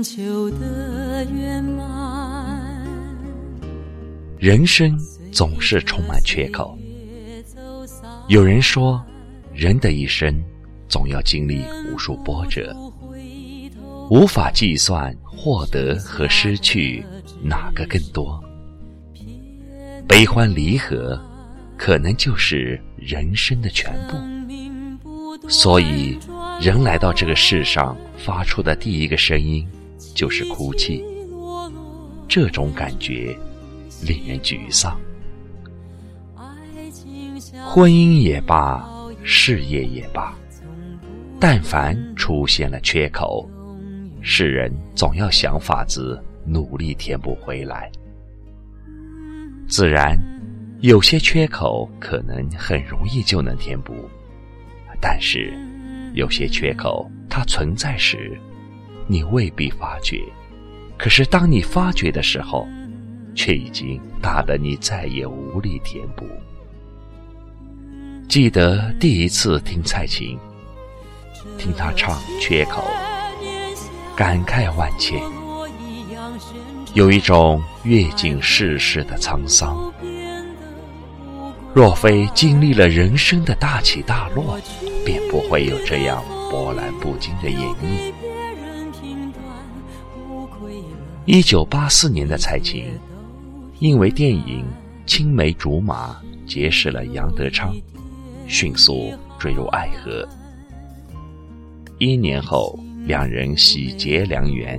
求的圆满。 人生总是充满缺口。有人说，人的一生总要经历无数波折，无法计算获得和失去哪个更多。悲欢离合可能就是人生的全部。所以人来到这个世上发出的第一个声音就是哭泣，这种感觉令人沮丧。婚姻也罢，事业也罢，但凡出现了缺口，世人总要想法子努力填补回来。自然有些缺口可能很容易就能填补，但是有些缺口它存在时你未必发觉，可是当你发觉的时候，却已经大得你再也无力填补。记得第一次听蔡琴，听她唱《缺口》，感慨万千，有一种阅尽世事的沧桑。若非经历了人生的大起大落，便不会有这样波澜不惊的演绎。1984年的蔡琴，因为电影《青梅竹马》结识了杨德昌，迅速坠入爱河。1年后，两人喜结良缘。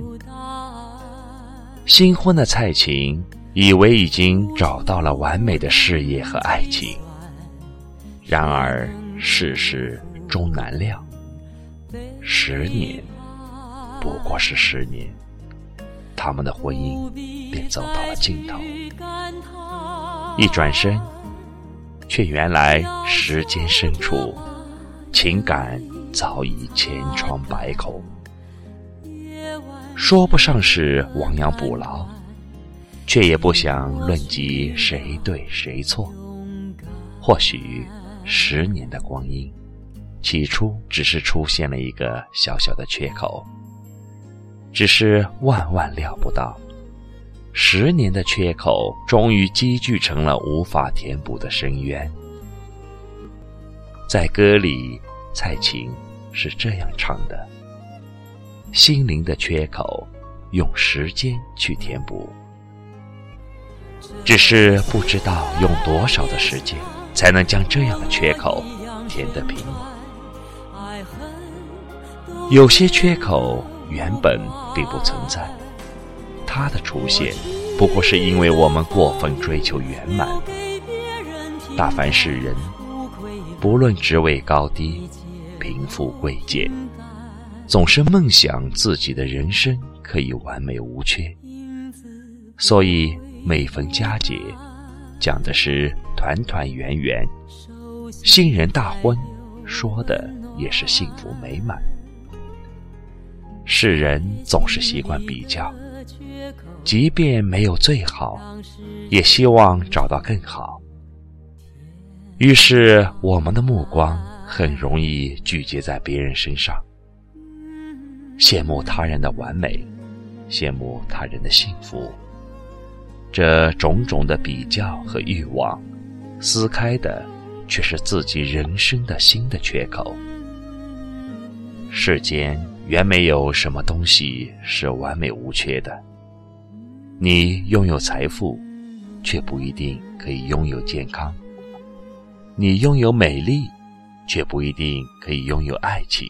新婚的蔡琴以为已经找到了完美的事业和爱情，然而世事终难料，10年，不过是10年，他们的婚姻便走到了尽头。一转身，却原来时间深处，情感早已千疮百孔。说不上是亡羊补牢，却也不想论及谁对谁错。或许10年的光阴，起初只是出现了一个小小的缺口，只是万万料不到，10年的缺口终于积聚成了无法填补的深渊。在歌里，蔡琴是这样唱的：心灵的缺口用时间去填补，只是不知道用多少的时间才能将这样的缺口填得平。有些缺口原本并不存在，它的出现不过是因为我们过分追求圆满。大凡是人，不论职位高低、贫富贵贱，总是梦想自己的人生可以完美无缺。所以每逢佳节，讲的是团团圆圆，新人大婚，说的也是幸福美满。世人总是习惯比较，即便没有最好，也希望找到更好。于是我们的目光很容易聚集在别人身上，羡慕他人的完美，羡慕他人的幸福。这种种的比较和欲望，撕开的却是自己人生的新的缺口。世间原没有什么东西是完美无缺的，你拥有财富，却不一定可以拥有健康；你拥有美丽，却不一定可以拥有爱情。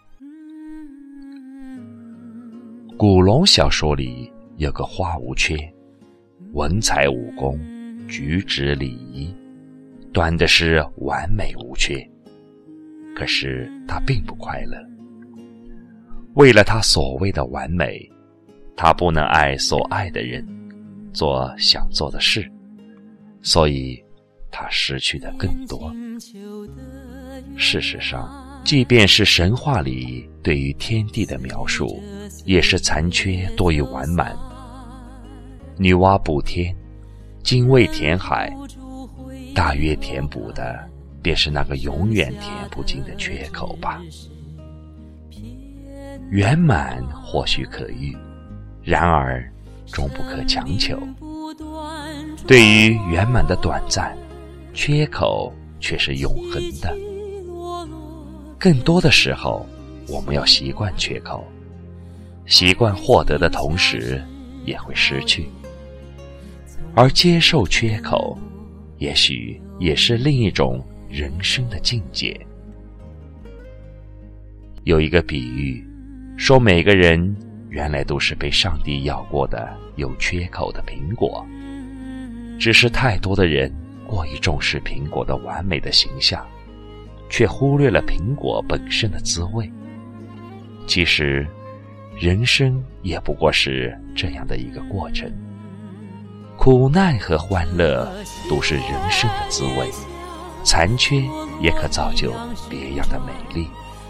古龙小说里有个花无缺，文采武功，举止礼仪，端的是完美无缺。可是他并不快乐，为了他所谓的完美，他不能爱所爱的人，做想做的事，所以他失去的更多。事实上，即便是神话里对于天地的描述，也是残缺多于完满。女娲补天，精卫填海，大约填补的便是那个永远填不尽的缺口吧。圆满或许可遇， 然而终不可强求。对于圆满的短暂，缺口却是永恒的。更多的时候，我们要习惯缺口，习惯获得的同时也会失去，而接受缺口也许也是另一种人生的境界。有一个比喻说，每个人原来都是被上帝咬过的有缺口的苹果，只是太多的人过于重视苹果的完美的形象，却忽略了苹果本身的滋味。其实人生也不过是这样的一个过程，苦难和欢乐都是人生的滋味，残缺也可造就别样的美丽。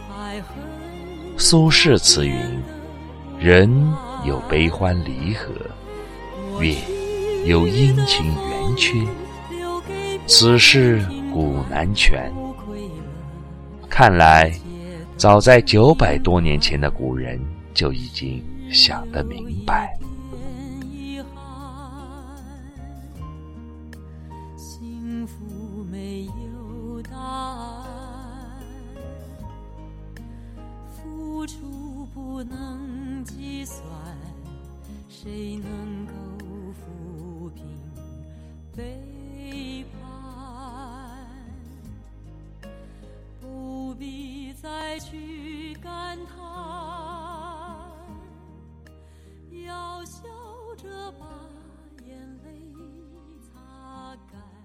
苏轼词云：人有悲欢离合，月有阴晴圆缺，此事古难全。看来早在900多年前的古人就已经想得明白。 幸福没有答案，付出不能计算，谁能够抚平背叛？不必再去感叹，要笑着把眼泪擦干。